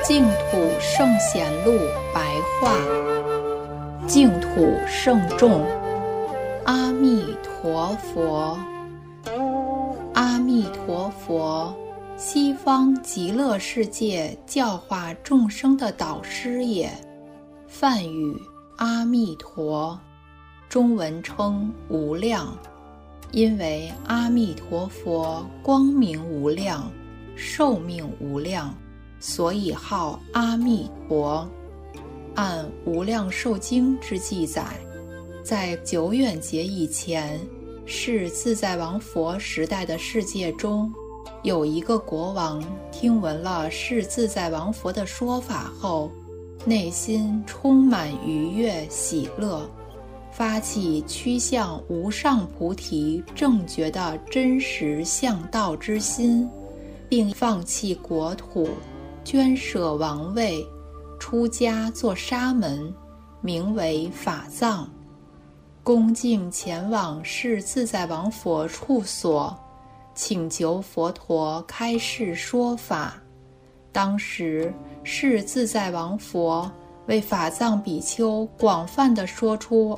净土圣贤录白话，净土圣众，阿弥陀佛。阿弥陀佛，西方极乐世界教化众生的导师也。梵语阿弥陀，中文称无量。因为阿弥陀佛光明无量，寿命无量，所以号阿弥陀。按《无量寿经》之记载，在久远劫以前，是自在王佛时代的世界中，有一个国王听闻了是自在王佛的说法后，内心充满愉悦喜乐，发起趋向无上菩提正觉的真实向道之心，并放弃国土，捐舍王位，出家做沙门，名为法藏，恭敬前往是自在王佛处所，请求佛陀开示说法。当时是自在王佛为法藏比丘广泛地说出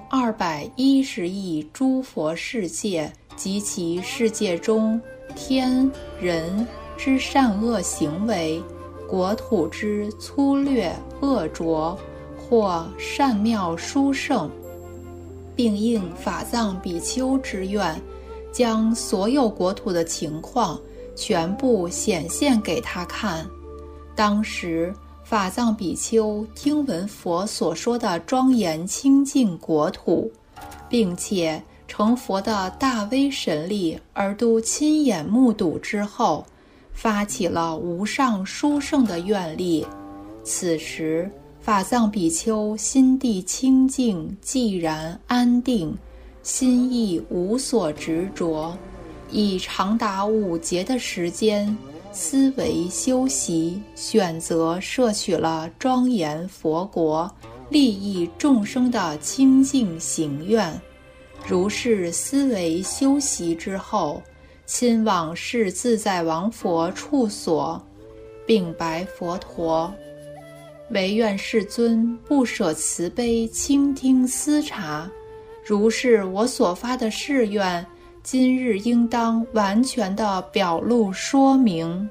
210亿诸佛世界及其世界中天人之善恶行为，国土之粗略恶浊或善妙殊胜，并应法藏比丘之愿，将所有国土的情况全部显现给他看。当时法藏比丘听闻佛所说的庄严清净国土，并且成佛的大威神力而都亲眼目睹之后，发起了无上殊胜的愿力。此时法藏比丘心地清净，寂然安定，心意无所执着，以长达5劫的时间思维修习，选择摄取了庄严佛国利益众生的清净行愿。如是思维修习之后，亲往是自在王佛处所，并白佛陀：唯愿世尊不舍慈悲，倾听思察，如是我所发的誓愿，今日应当完全地表露说明。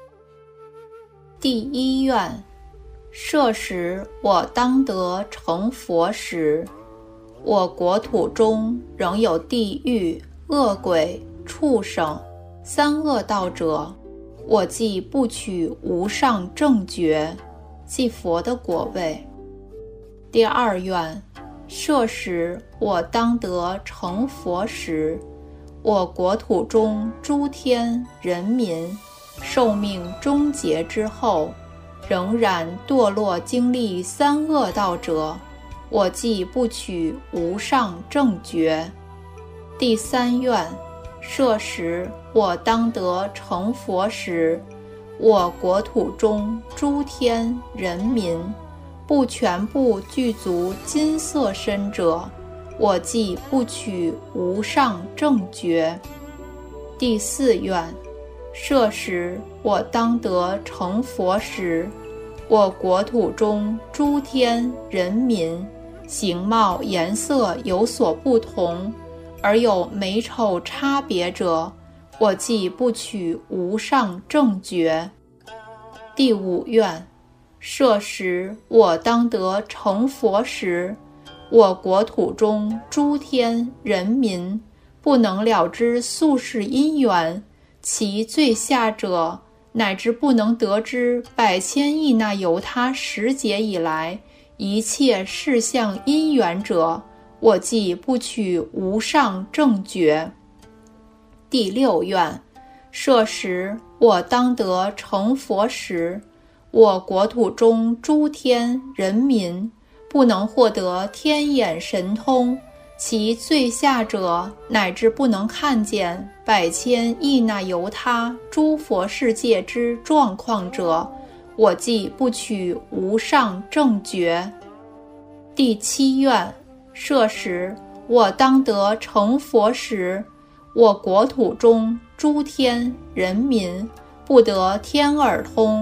第一愿，设时我当得成佛时，我国土中仍有地狱、恶鬼、畜生、三恶道者，我既不取无上正觉，即佛的果位。第二愿，设时我当得成佛时，我国土中诸天人民寿命终结之后，仍然堕落经历三恶道者，我既不取无上正觉。第三愿，设时我当得成佛时，我国土中诸天人民不全部具足金色身者，我既不取无上正觉。第四愿，设时我当得成佛时，我国土中诸天人民形貌颜色有所不同，而有美丑差别者，我既不取无上正觉。第五愿，设时我当得成佛时，我国土中诸天人民不能了知宿世因缘，其最下者乃至不能得知百千亿那由他10劫以来一切事相因缘者，我既不取无上正觉。第六愿，设时我当得成佛时，我国土中诸天人民不能获得天眼神通，其最下者乃至不能看见百千亿那由他诸佛世界之状况者，我既不取无上正觉。第七愿，设时我当得成佛时，我国土中诸天人民不得天耳通，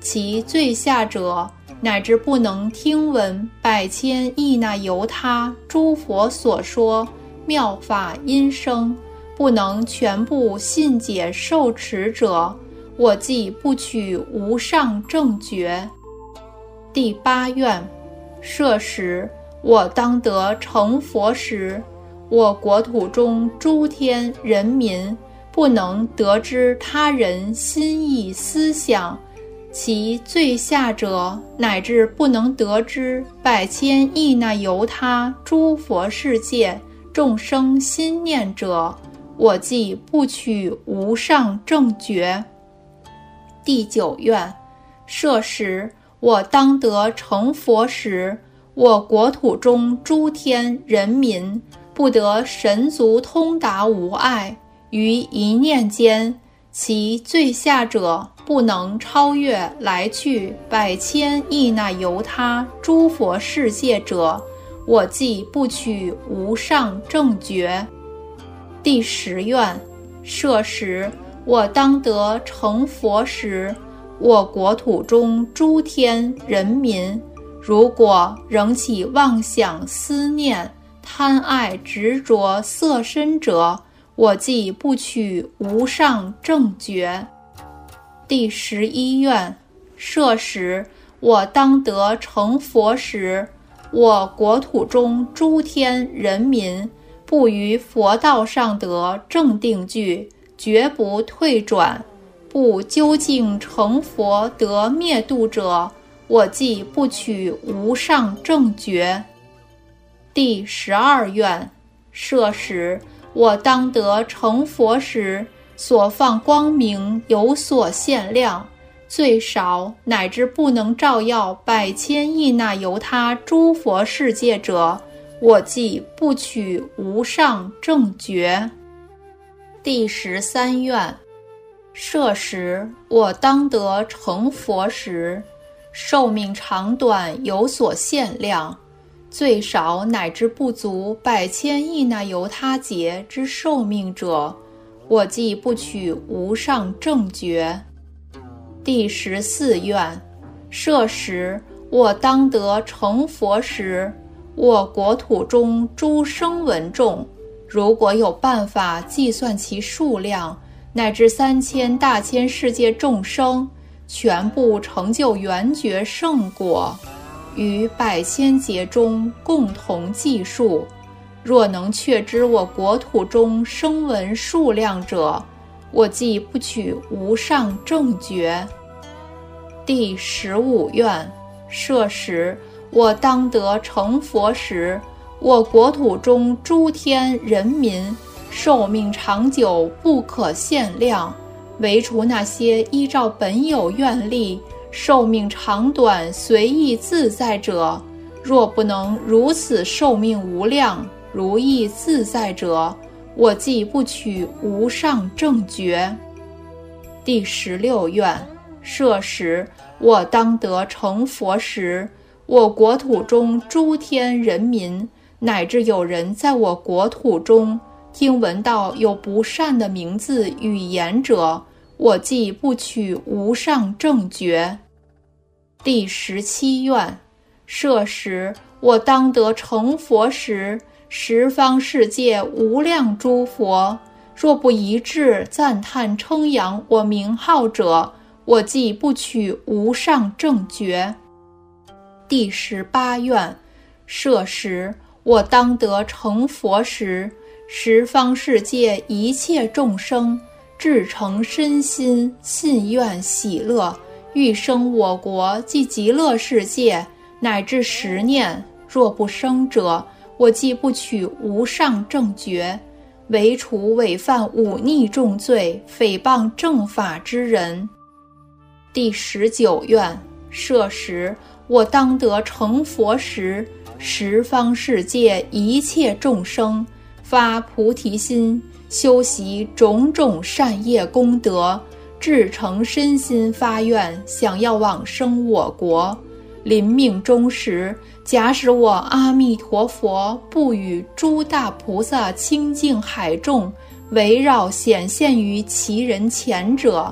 其最下者，乃至不能听闻百千亿那由他诸佛所说妙法音声，不能全部信解受持者，我既不取无上正觉。第八愿，设时我当得成佛时，我国土中诸天人民不能得知他人心意思想，其最下者，乃至不能得知百千亿那由他诸佛世界众生心念者，我既不取无上正觉。第九愿，设时我当得成佛时，我国土中诸天人民不得神足通达无碍，于一念间，其最下者不能超越来去百千亿那由他诸佛世界者，我既不取无上正觉。第十愿，设时我当得成佛时，我国土中诸天人民，如果仍起妄想思念贪爱执着色身者，我既不取无上正觉。第11愿，设时我当得成佛时，我国土中诸天人民不于佛道上得正定具，绝不退转，不究竟成佛得灭度者，我既不取无上正觉。第12愿，设时我当得成佛时，所放光明有所限量，最少乃至不能照耀百千亿那由他诸佛世界者，我既不取无上正觉。第13愿，设时我当得成佛时，寿命长短有所限量，最少乃至不足百千亿那由他劫之寿命者，我既不取无上正觉。第14愿，设时我当得成佛时，我国土中诸声闻众，如果有办法计算其数量，乃至3000大千世界众生，全部成就圆觉圣果，于百千劫中共同计数，若能确知我国土中声闻数量者，我既不取无上正觉。第15愿，设时我当得成佛时，我国土中诸天人民寿命长久不可限量，唯除那些依照本有愿力寿命长短随意自在者，若不能如此寿命无量如意自在者，我既不取无上正觉。第16愿，设时我当得成佛时，我国土中诸天人民，乃至有人在我国土中听闻到有不善的名字语言者，我既不取无上正觉。第17愿，设时我当得成佛时，十方世界无量诸佛，若不一致赞叹称扬我名号者，我既不取无上正觉。第18愿，设时我当得成佛时，十方世界一切众生至诚身心信愿喜乐，欲生我国即极乐世界，乃至10念，若不生者，我既不取无上正觉，唯除违犯忤逆重罪诽谤正法之人。第19愿，设时我当得成佛时，十方世界一切众生发菩提心，修习种种善业功德，至诚身心发愿，想要往生我国。临命终时，假使我阿弥陀佛不与诸大菩萨清净海众围绕显现于其人前者，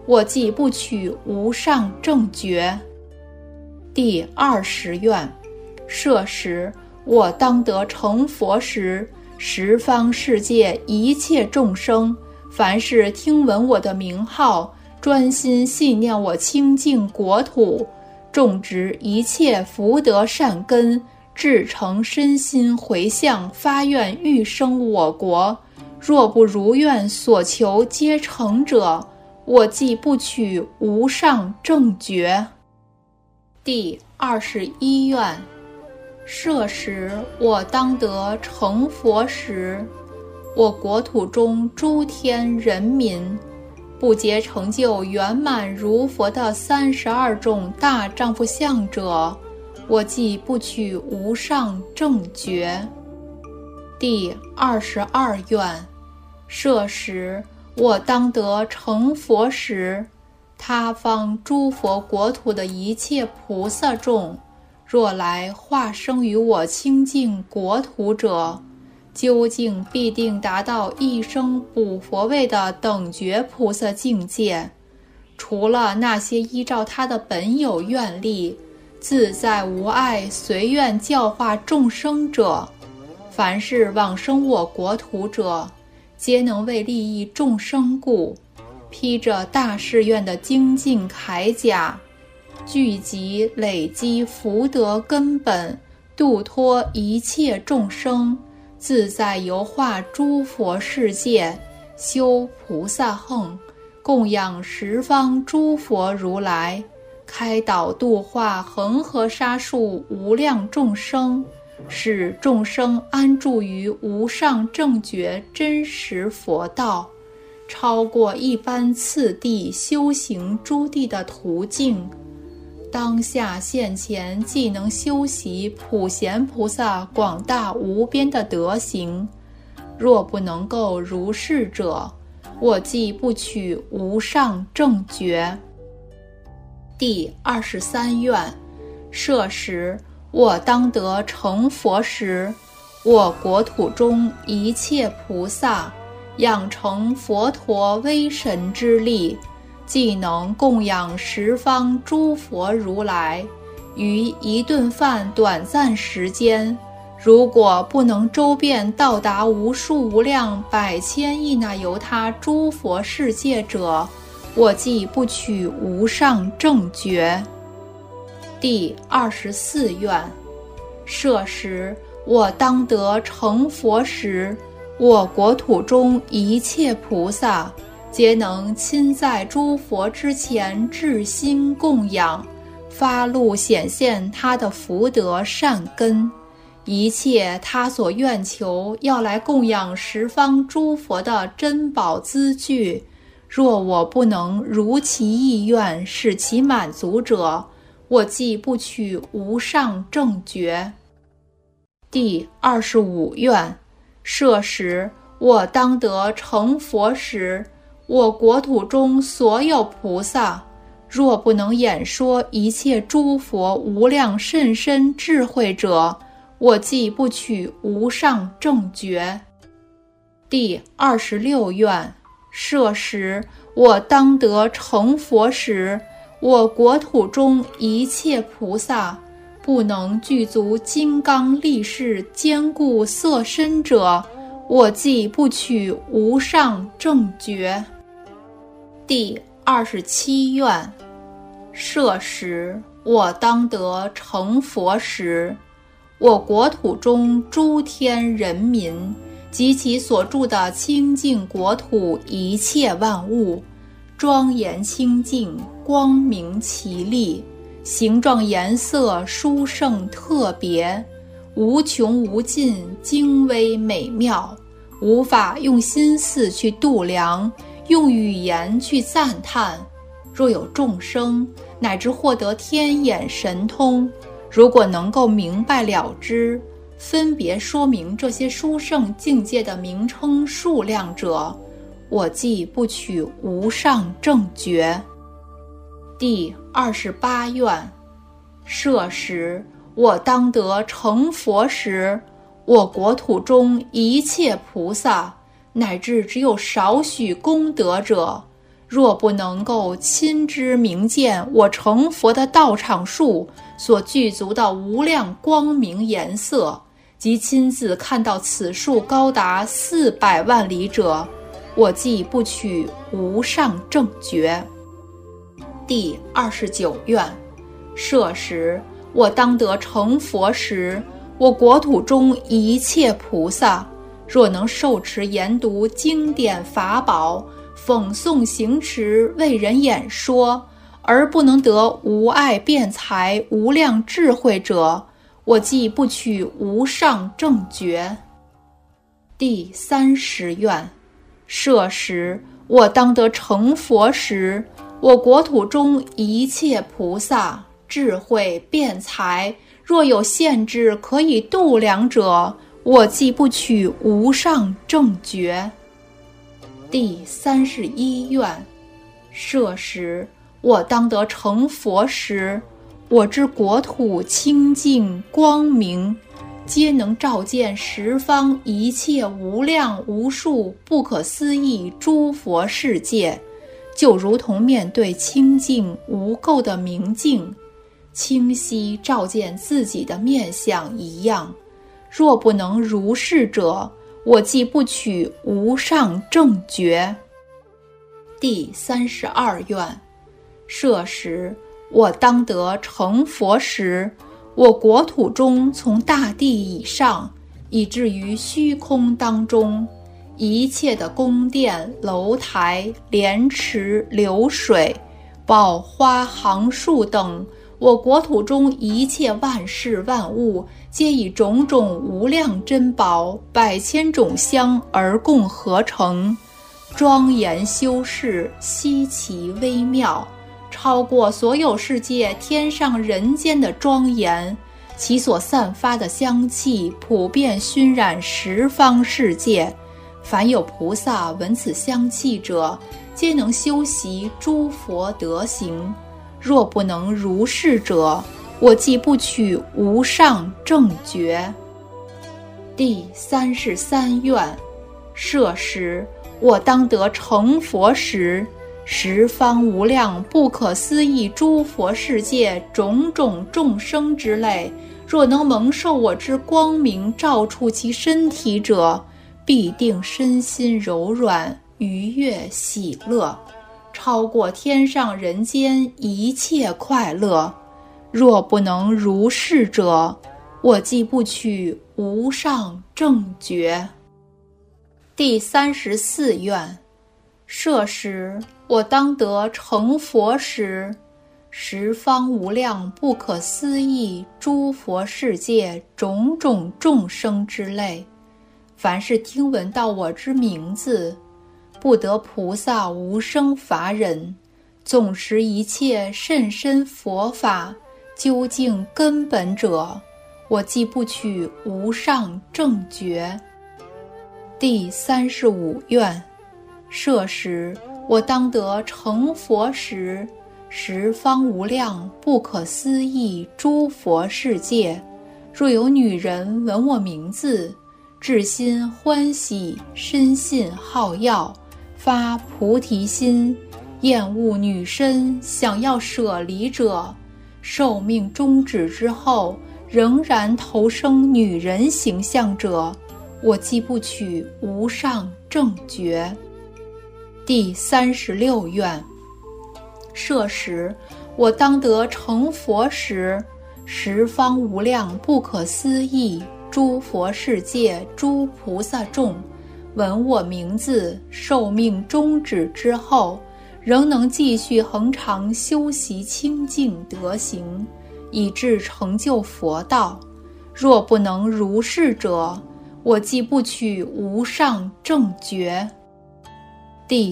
我既不取无上正觉。第20愿，设时我当得成佛时，十方世界一切众生，凡是听闻我的名号，专心信念我清净国土，种植一切福德善根，至诚身心回向发愿欲生我国，若不如愿所求皆成者，我既不取无上正觉。第21愿，设时我当得成佛时，我国土中诸天人民，不皆成就圆满如佛的32种大丈夫相者，我既不取无上正觉。第22愿，设时我当得成佛时，他方诸佛国土的一切菩萨众，若来化生于我清净国土者，究竟必定达到一生补佛位的等觉菩萨境界。除了那些依照他的本有愿力，自在无碍随愿教化众生者，凡是往生我国土者，皆能为利益众生故，披着大誓愿的精进铠甲，聚集累积福德根本，度脱一切众生，自在游化诸佛世界，修菩萨行，供养十方诸佛如来，开导度化恒河沙数无量众生，使众生安住于无上正觉真实佛道，超过一般次第修行诸地的途径。当下现前既能修习普贤菩萨广大无边的德行，若不能够如是者，我既不取无上正觉。第23愿，设时我当得成佛时，我国土中一切菩萨养成佛陀威神之力，既能供养十方诸佛如来，于一顿饭短暂时间，如果不能周遍到达无数无量百千亿那由他诸佛世界者，我既不取无上正觉。第24愿，设时我当得成佛时，我国土中一切菩萨皆能亲在诸佛之前至心供养，发露显现他的福德善根，一切他所愿求要来供养十方诸佛的珍宝资具，若我不能如其意愿使其满足者，我既不取无上正觉。第25愿，设时我当得成佛时，我国土中所有菩萨，若不能演说一切诸佛无量甚深智慧者，我既不取无上正觉。第26愿，设时我当得成佛时，我国土中一切菩萨不能具足金刚力士坚固色身者，我既不取无上正觉。第27愿，设时我当得成佛时，我国土中诸天人民及其所住的清净国土一切万物，庄严清净，光明奇丽，形状颜色殊胜特别，无穷无尽，精微美妙，无法用心思去度量，用语言去赞叹。若有众生乃至获得天眼神通，如果能够明白了知，分别说明这些殊胜境界的名称数量者，我既不取无上正觉。第28愿，设时我当得成佛时，我国土中一切菩萨乃至只有少许功德者， 若不能够亲之明见我成佛的道场树所具足的无量光明颜色，即亲自看到此树高达400万里者，我即不取无上正觉。第29愿，设时我当得成佛时，我国土中一切菩萨，若能受持研读经典法宝，讽诵行持，为人演说，而不能得无碍辩才无量智慧者，我即不取无上正觉。第30愿，设时我当得成佛时，我国土中一切菩萨智慧辩才，若有限制可以度量者，我即不取无上正觉。第31愿，设时我当得成佛时，我之国土清净光明，皆能照见十方一切无量无数不可思议诸佛世界，就如同面对清净无垢的明镜，清晰照见自己的面相一样。若不能如是者，我即不取无上正觉。第32愿，设时我当得成佛时，我国土中从大地以上，以至于虚空当中，一切的宫殿楼台莲池流水宝花行树等，我国土中一切万事万物，皆以种种无量珍宝100千种香而共合成，庄严修饰，稀奇微妙，超过所有世界天上人间的庄严，其所散发的香气普遍熏染十方世界，凡有菩萨闻此香气者，皆能修习诸佛德行。若不能如是者，我即不取无上正觉。第33愿，设时我当得成佛时，十方无量不可思议诸佛世界种种众生之类，若能蒙受我之光明照触其身体者，必定身心柔软愉悦喜乐，超过天上人间一切快乐。若不能如是者，我即不取无上正觉。第34愿，设时我当得成佛时，十方无量不可思议诸佛世界种种众生之类，凡是听闻到我之名字，不得菩萨无生法忍，总持一切甚深佛法究竟根本者，我即不取无上正觉。第35愿，设时我当得成佛时，十方无量不可思议诸佛世界，若有女人闻我名字，至心欢喜，深信好药，发菩提心，厌恶女身，想要舍离者，寿命终止之后仍然投生女人形象者，我即不取无上正觉。第36愿，设时我当得成佛时，十方无量不可思议诸佛世界诸菩萨众闻我名字，寿命终止之后仍能继续恒常修习清净德行，以致成就佛道。若不能如是者，我即不取无上正觉。第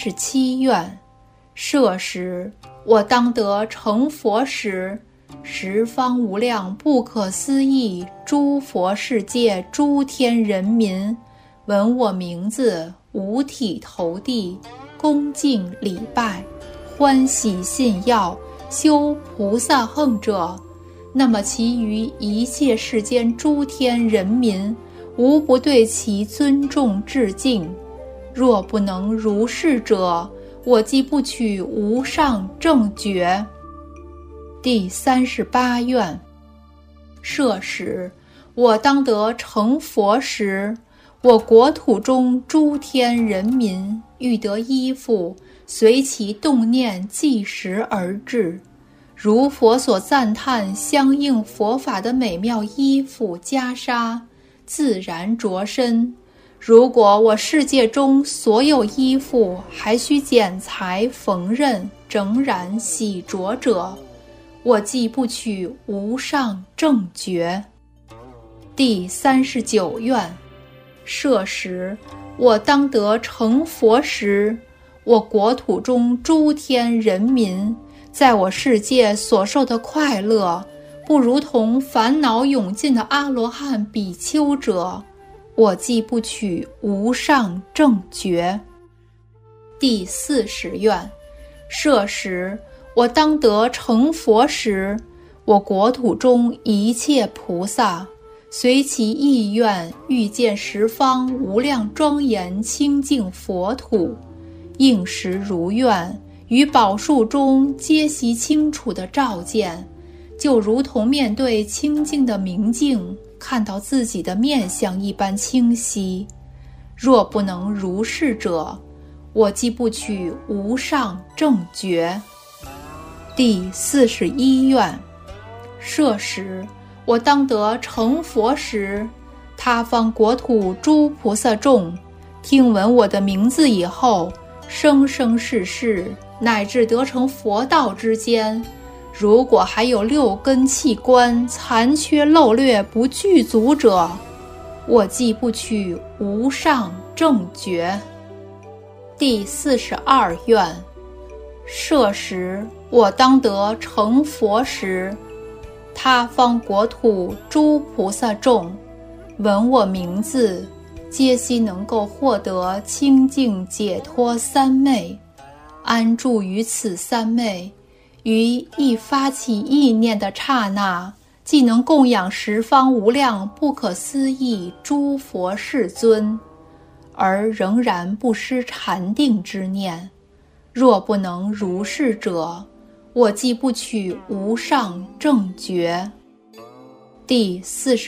37愿，设时我当得成佛时，十方无量不可思议诸佛世界诸天人民闻我名字，五体投地，恭敬礼拜，欢喜信要，修菩萨行者，那么其余一切世间诸天人民无不对其尊重致敬。若不能如是者， 我既不取无上正觉。第38愿：设使我当得成佛时，我国土中诸天人民欲得衣服，随其动念即时而至，如佛所赞叹相应佛法的美妙衣服袈裟，自然着身。如果我世界中所有衣服还需剪裁缝纫整染洗濯者，我既不取无上正觉。第39愿：设使我当得成佛时，我国土中诸天人民在我世界所受的快乐，不如同烦恼涌尽的阿罗汉比丘者，我既不取无上正觉。第40愿：设使我当得成佛时，我国土中一切菩萨随其意愿欲见十方无量庄严清净佛土，应时如愿，于宝树中皆悉清楚地照见，就如同面对清净的明镜，看到自己的面相一般清晰。若不能如是者，我既不取无上正觉。第41愿：设使我当得成佛时，他方国土诸菩萨众听闻我的名字以后，生生世世乃至得成佛道之间，如果还有6根器官残缺漏略不具足者，我既不取无上正觉。第42愿：设使我当得成佛时，他方国土诸菩萨众闻我名字，皆悉能够获得清净解脱三昧，安住于此三昧，于一发起意念的刹那，既能供养十方无量不可思议诸佛世尊，而仍然不失禅定之念。若不能如是者，我既不取无上正觉。第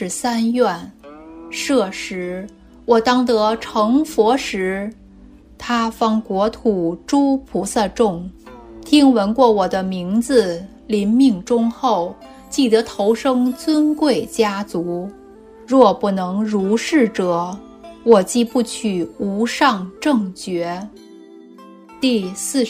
43愿：设使我当得成佛时，他方国土诸菩萨众听闻过我的名字，临命终后即得投生尊贵家族。若不能如是者，我既不取无上正觉。第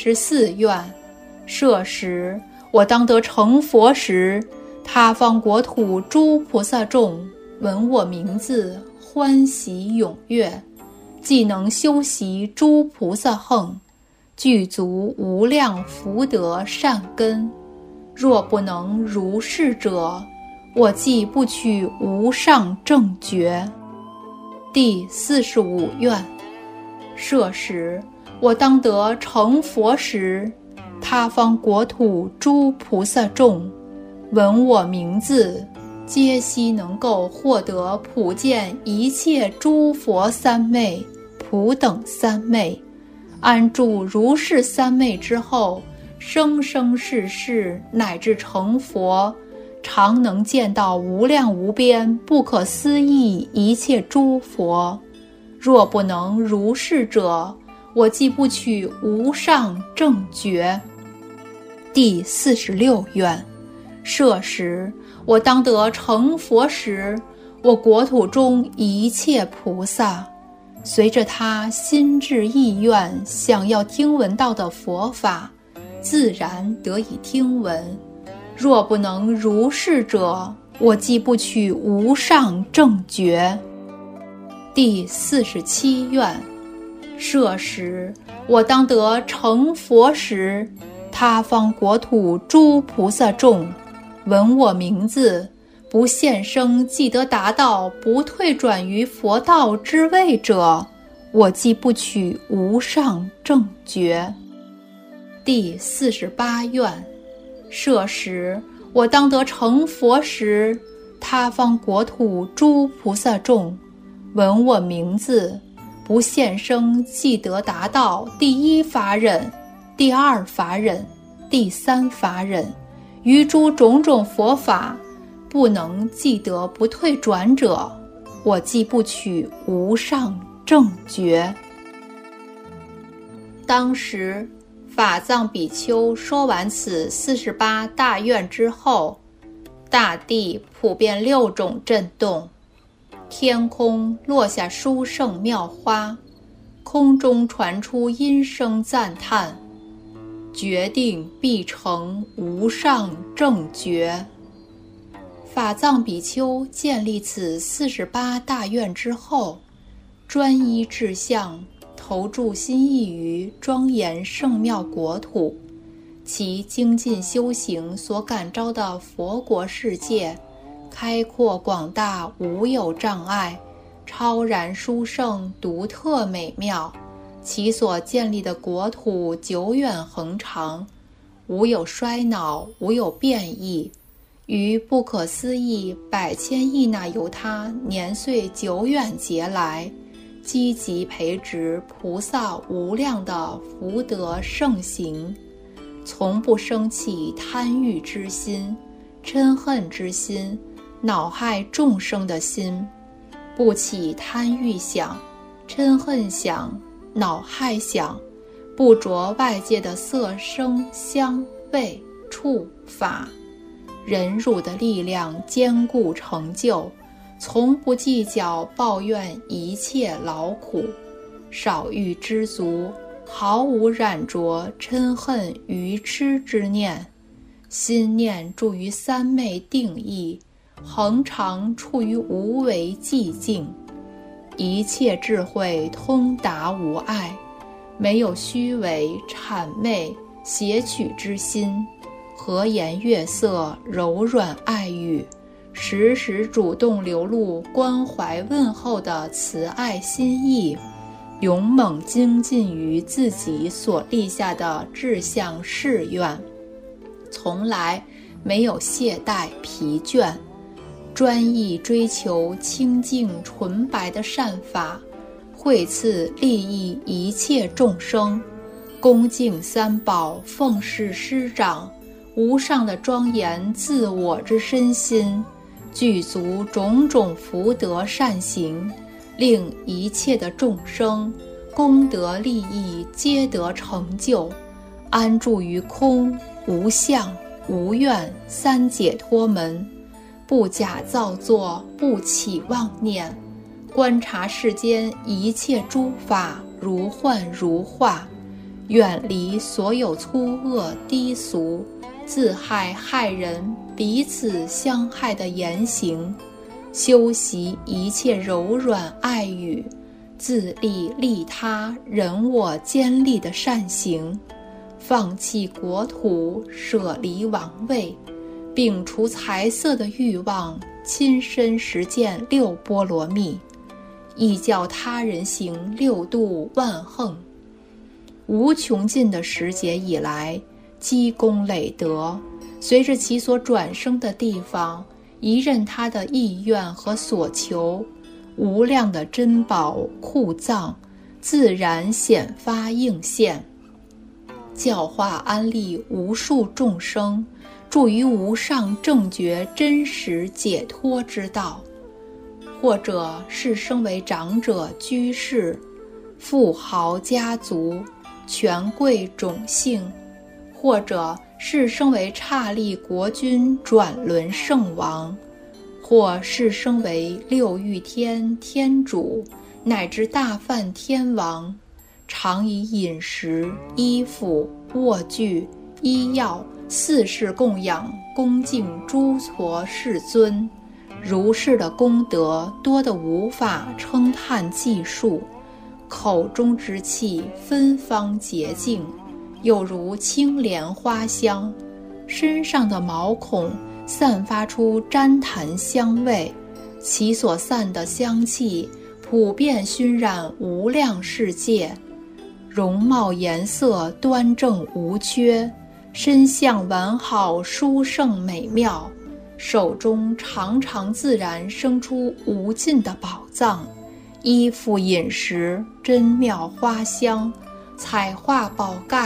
44愿：设使我当得成佛时，他方国土诸菩萨众闻我名字，欢喜踊跃，既能修习诸菩萨行，具足无量福德善根。若不能如是者，我既不取无上正觉。第45愿：设使我当得成佛时，他方国土诸菩萨众闻我名字，皆悉能够获得普见一切诸佛三昧、普等三昧，安住如是三昧之后，生生世世乃至成佛，常能见到无量无边不可思议一切诸佛。若不能如是者，我既不取无上正觉。第46愿：设使我当得成佛时，我国土中一切菩萨随着他心志意愿想要听闻到的佛法，自然得以听闻。若不能如是者，我既不取无上正觉。第47愿：设使我当得成佛时，他方国土诸菩萨众闻我名字，不现生即得达到不退转于佛道之位者，我既不取无上正觉。第48愿：设使我当得成佛时，他方国土诸菩萨众闻我名字，不现生即得达到第一法忍、 第二法忍、第三法忍，于诸种种佛法，不能既得不退转者，我既不取无上正觉。当时法藏比丘说完此48大愿之后，大地普遍6种震动，天空落下殊胜妙花，空中传出音声赞叹，决定必成无上正觉。法藏比丘建立此48大愿之后，专一志向，投注心意于庄严圣妙国土，其精进修行所感召的佛国世界，开阔广大，无有障碍，超然殊胜，独特美妙。其所建立的国土久远恒长，无有衰老，无有变异，于不可思议百千亿那由他年岁久远劫来，积极培植菩萨无量的福德盛行，从不生起贪欲之心、嗔恨之心、恼害众生的心，不起贪欲想、嗔恨想、恼害想，不着外界的色声香味触法，忍辱的力量坚固成就，从不计较抱怨一切劳苦，少欲知足，毫无染着嗔恨愚痴之念，心念住于三昧定意，恒常处于无为寂静，一切智慧通达无碍，没有虚伪谄媚邪取之心，和颜悦色柔软爱语，时时主动流露关怀问候的慈爱心意，勇猛精进于自己所立下的志向誓愿，从来没有懈怠疲倦，专一追求清净纯白的善法，惠赐利益一切众生，恭敬三宝，奉事师长，无上的庄严自我之身心，具足种种福德善行，令一切的众生功德利益皆得成就，安住于空无相无愿三解脱门，不假造作，不起妄念，观察世间一切诸法如幻如化，远离所有粗恶低俗、自害害人、彼此相害的言行，修习一切柔软爱语，自利利他、人我兼利的善行，放弃国土，舍离王位，摒除财色的欲望，亲身实践6波罗蜜，亦教他人行6度万横。无穷尽的时节以来，积功累德，随着其所转生的地方，一任他的意愿和所求，无量的珍宝库藏自然显发应现，教化安利无数众生，住于无上正觉真实解脱之道，或者是生为长者居士、富豪家族、权贵种姓，或者是生为刹利国君转轮圣王，或是生为6欲天天主乃至大梵天王，常以饮食、衣服、卧具、医药4事供养恭敬诸佛世尊，如是的功德多得无法称叹计数，口中之气芬芳洁净，有如青莲花香，身上的毛孔散发出旃檀香味，其所散的香气普遍熏染无量世界，容貌颜色端正无缺，身相完好殊胜美妙，手中常常自然生出无尽的宝藏，衣服饮食真妙花香，彩画宝盖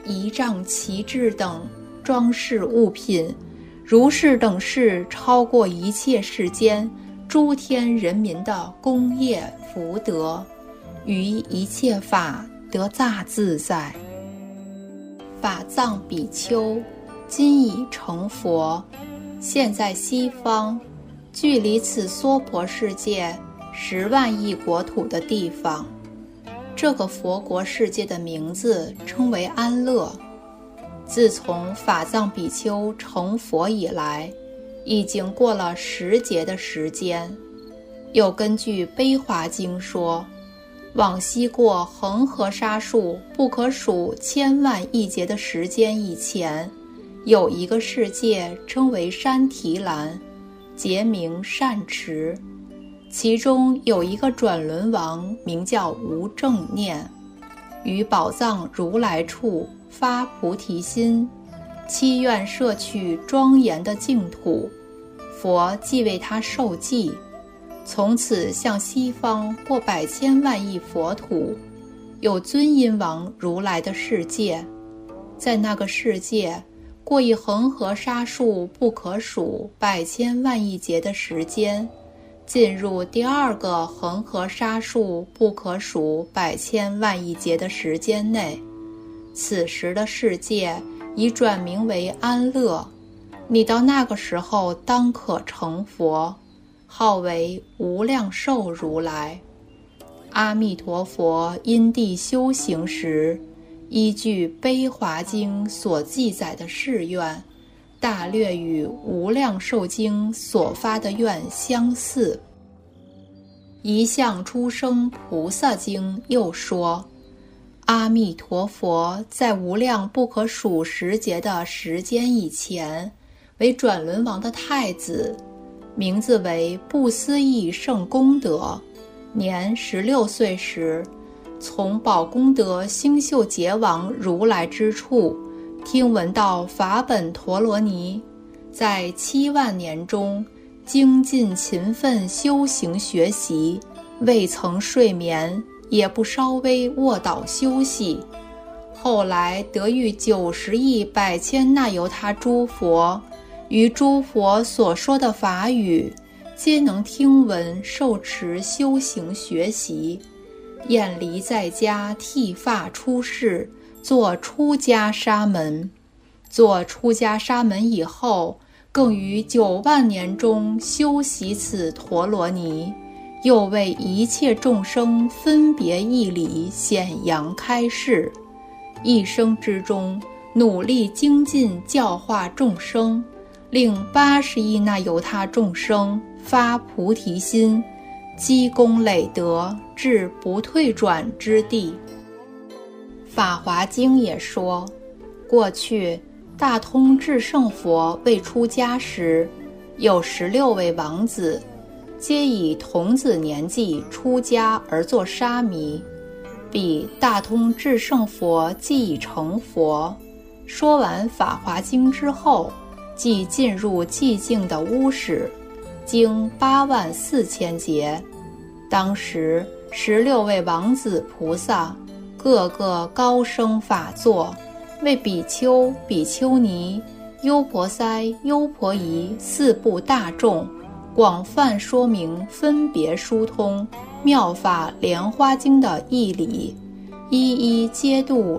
仪仗旗帜等装饰物品，如是等事超过一切世间诸天人民的功业福德，于一切法得大自在。法藏比丘今已成佛，现在西方，距离此娑婆世界10万亿国土的地方。这个佛国世界的名字称为安乐。自从法藏比丘成佛以来，已经过了10劫的时间。又根据《悲华经》说，往昔过恒河沙数不可数千万亿劫的时间以前，有一个世界称为山提兰，节名善持，其中有一个转轮王名叫无正念，于宝藏如来处发菩提心，期愿摄取庄严的净土，佛即为他受记，从此向西方过100千万亿佛土，有尊音王如来的世界。在那个世界，过一恒河沙数不可数100千万亿劫的时间，进入第2个恒河沙数不可数100千万亿劫的时间内。此时的世界已转名为安乐，你到那个时候当可成佛，号为无量寿如来。阿弥陀佛因地修行时，依据《悲华经》所记载的誓愿，大略与《无量寿经》所发的愿相似。一向出生菩萨经又说，阿弥陀佛在无量不可数10劫的时间以前，为转轮王的太子，名字为不思议圣功德。年16岁时，从宝功德星宿劫王如来之处，听闻到法本陀罗尼，在7万年中精进勤奋修行学习，未曾睡眠，也不稍微卧倒休息。后来得遇90亿100千那由他诸佛，于诸佛所说的法语，皆能听闻受持修行学习，厌离在家剃发出世，做出家沙门。做出家沙门以后，更于9万年中修习此陀罗尼，又为一切众生分别义理显扬开示，一生之中努力精进教化众生，令80亿那由他众生发菩提心，积功累德，至不退转之地。法华经也说，过去大通智胜佛未出家时，有16位王子，皆以童子年纪出家而作沙弥。彼大通智胜佛既已成佛，说完法华经之后，即进入寂静的屋室，经8万4千劫。当时16位王子菩萨，个个高声法座，为比丘、比丘尼、优婆塞、优婆夷4部大众，广泛说明分别疏通妙法莲花经的义理，一一皆度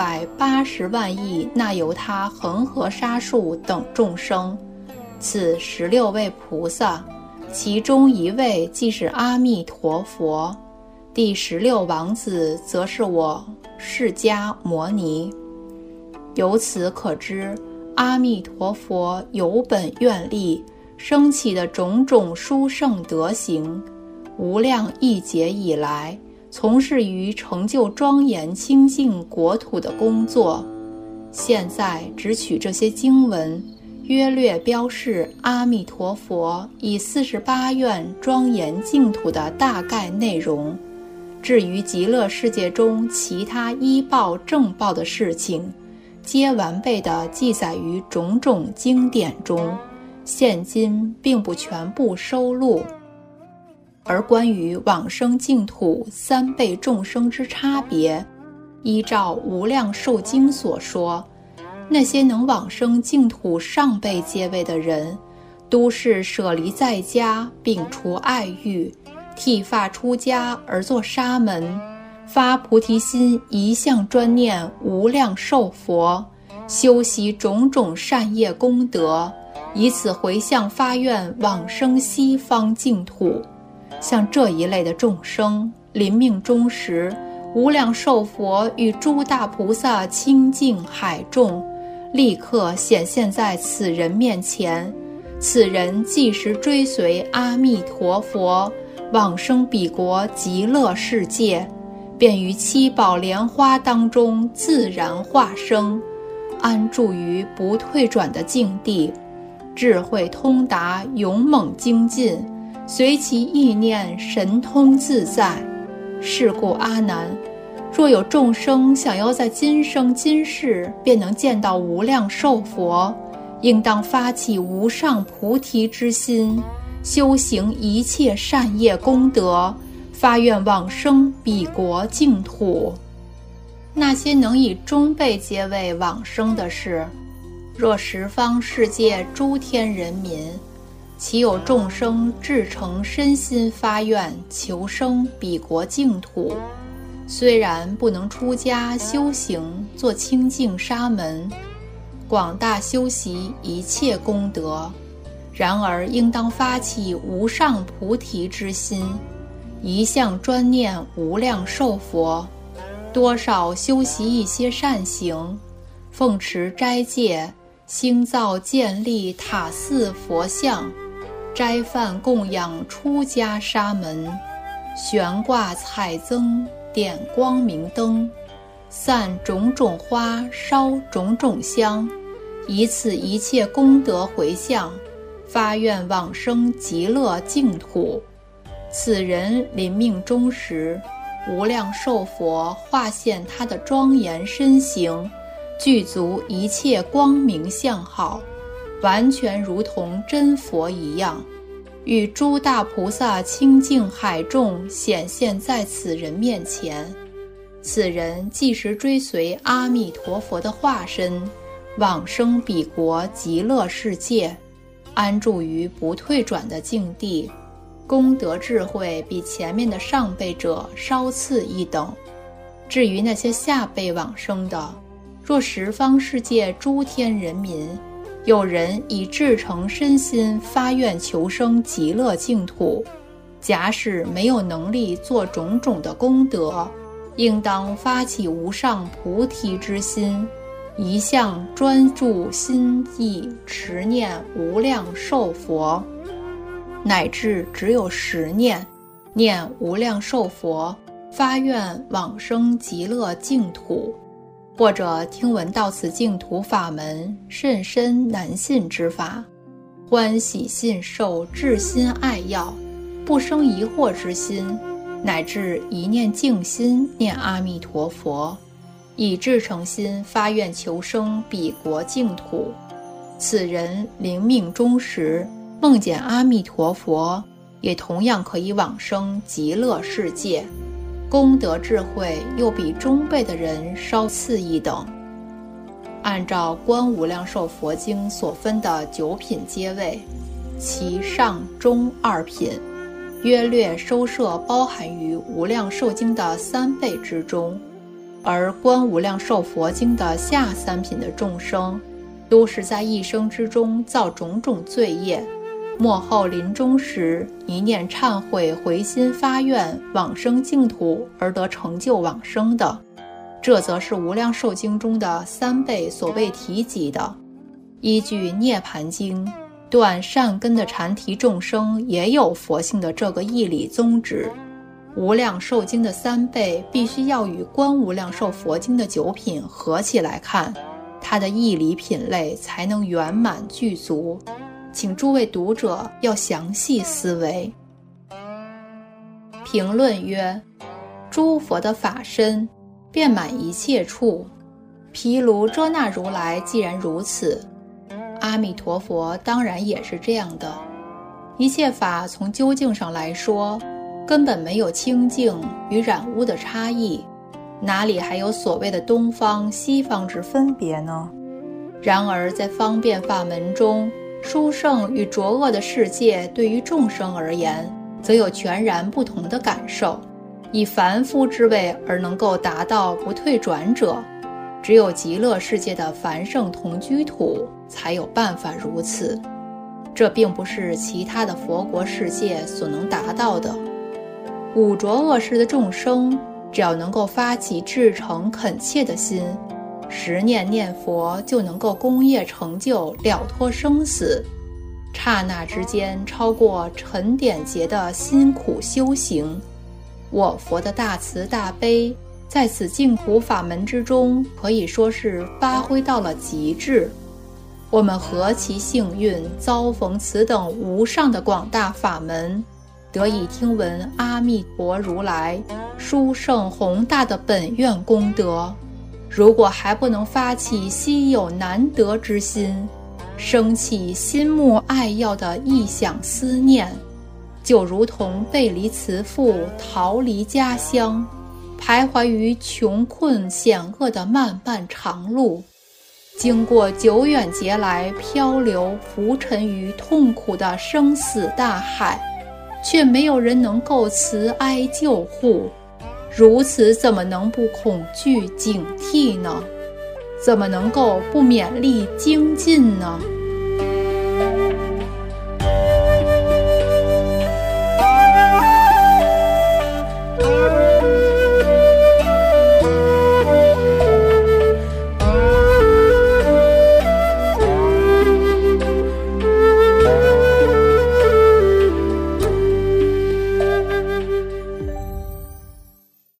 680万亿那由他恒河沙数等众生。此16位菩萨，其中一位即是阿弥陀佛，第16王子则是我释迦牟尼。由此可知，阿弥陀佛有本愿力升起的种种殊胜德行，无量亿劫以来从事于成就庄严清净国土的工作。现在只取这些经文，约略标示阿弥陀佛以48愿庄严净土的大概内容。至于极乐世界中其他依报正报的事情，皆完备地记载于种种经典中，现今并不全部收录。而关于往生净土3辈众生之差别， 依照《无量寿经》所说，那些能往生净土上辈阶位的人，都是舍离在家，摒除爱欲，剃发出家而作沙门，发菩提心，一向专念无量寿佛，修习种种善业功德，以此回向发愿往生西方净土。像这一类的众生，临命终时，无量寿佛与诸大菩萨清净海众立刻显现在此人面前，此人即时追随阿弥陀佛往生彼国极乐世界，便于七宝莲花当中自然化生，安住于不退转的境地，智慧通达，勇猛精进，随其意念神通自在。是故阿难，若有众生想要在今生今世便能见到无量寿佛，应当发起无上菩提之心，修行一切善业功德，发愿往生彼国净土。那些能以中辈阶位往生的是，若十方世界诸天人民，其有众生至诚身心发愿求生彼国净土，虽然不能出家修行做清净沙门，广大修习一切功德，然而应当发起无上菩提之心，一向专念无量寿佛，多少修习一些善行，奉持斋戒，兴造建立塔寺佛像，斋饭供养出家沙门，悬挂彩增，点光明灯，散种种花，烧种种香，以此一切功德回向，发愿往生极乐净土。此人临命终时，无量寿佛化现他的庄严身形，具足一切光明相好，完全如同真佛一样，与诸大菩萨清净海众显现在此人面前。此人即时追随阿弥陀佛的化身，往生彼国极乐世界，安住于不退转的境地，功德智慧比前面的上辈者稍次一等。至于那些下辈往生的，若十方世界诸天人民，有人以至诚身心发愿求生极乐净土，假使没有能力做种种的功德，应当发起无上菩提之心，一向专注心意持念无量寿佛，乃至只有10念，念无量寿佛，发愿往生极乐净土。或者听闻到此净土法门甚深难信之法，欢喜信受，至心爱要，不生疑惑之心，乃至一念净心念阿弥陀佛，以至诚心发愿求生彼国净土。此人临命终时，梦见阿弥陀佛，也同样可以往生极乐世界，功德智慧又比中辈的人稍次一等。按照《观无量寿佛经》所分的9品阶位，其上中2品，约略收摄包含于《无量寿经》的3倍之中，而《观无量寿佛经》的下3品的众生，都是在一生之中造种种罪业，末后临终时一念忏悔回心发愿往生净土而得成就往生的，这则是无量寿经中的3倍所谓提及的。依据涅盘经，断善根的禅提众生也有佛性的这个义理宗旨，无量寿经的3倍必须要与观无量寿佛经的9品合起来看，它的义理品类才能圆满具足，请诸位读者要详细思维。评论曰：诸佛的法身遍满一切处，毗卢遮那如来既然如此，阿弥陀佛当然也是这样的。一切法从究竟上来说，根本没有清净与染污的差异， 哪里还有所谓的东方西方之分别呢？然而在方便法门中，殊胜与浊恶的世界对于众生而言，则有全然不同的感受。以凡夫之位而能够达到不退转者，只有极乐世界的凡圣同居土才有办法如此。这并不是其他的佛国世界所能达到的。五浊恶世的众生，只要能够发起至诚恳切的心，10念念佛就能够功业成就，了脱生死，刹那之间超过沉点劫的辛苦修行。我佛的大慈大悲在此净土法门之中可以说是发挥到了极致。我们何其幸运，遭逢此等无上的广大法门，得以听闻阿弥陀如来殊胜宏大的本愿功德。如果还不能发起稀有难得之心，生起心慕爱要的意想思念，就如同背离慈父，逃离家乡，徘徊于穷困险恶的漫漫长路，经过久远劫来漂流浮沉于痛苦的生死大海，却没有人能够慈哀救护，如此怎么能不恐惧警惕呢？怎么能够不勉励精进呢？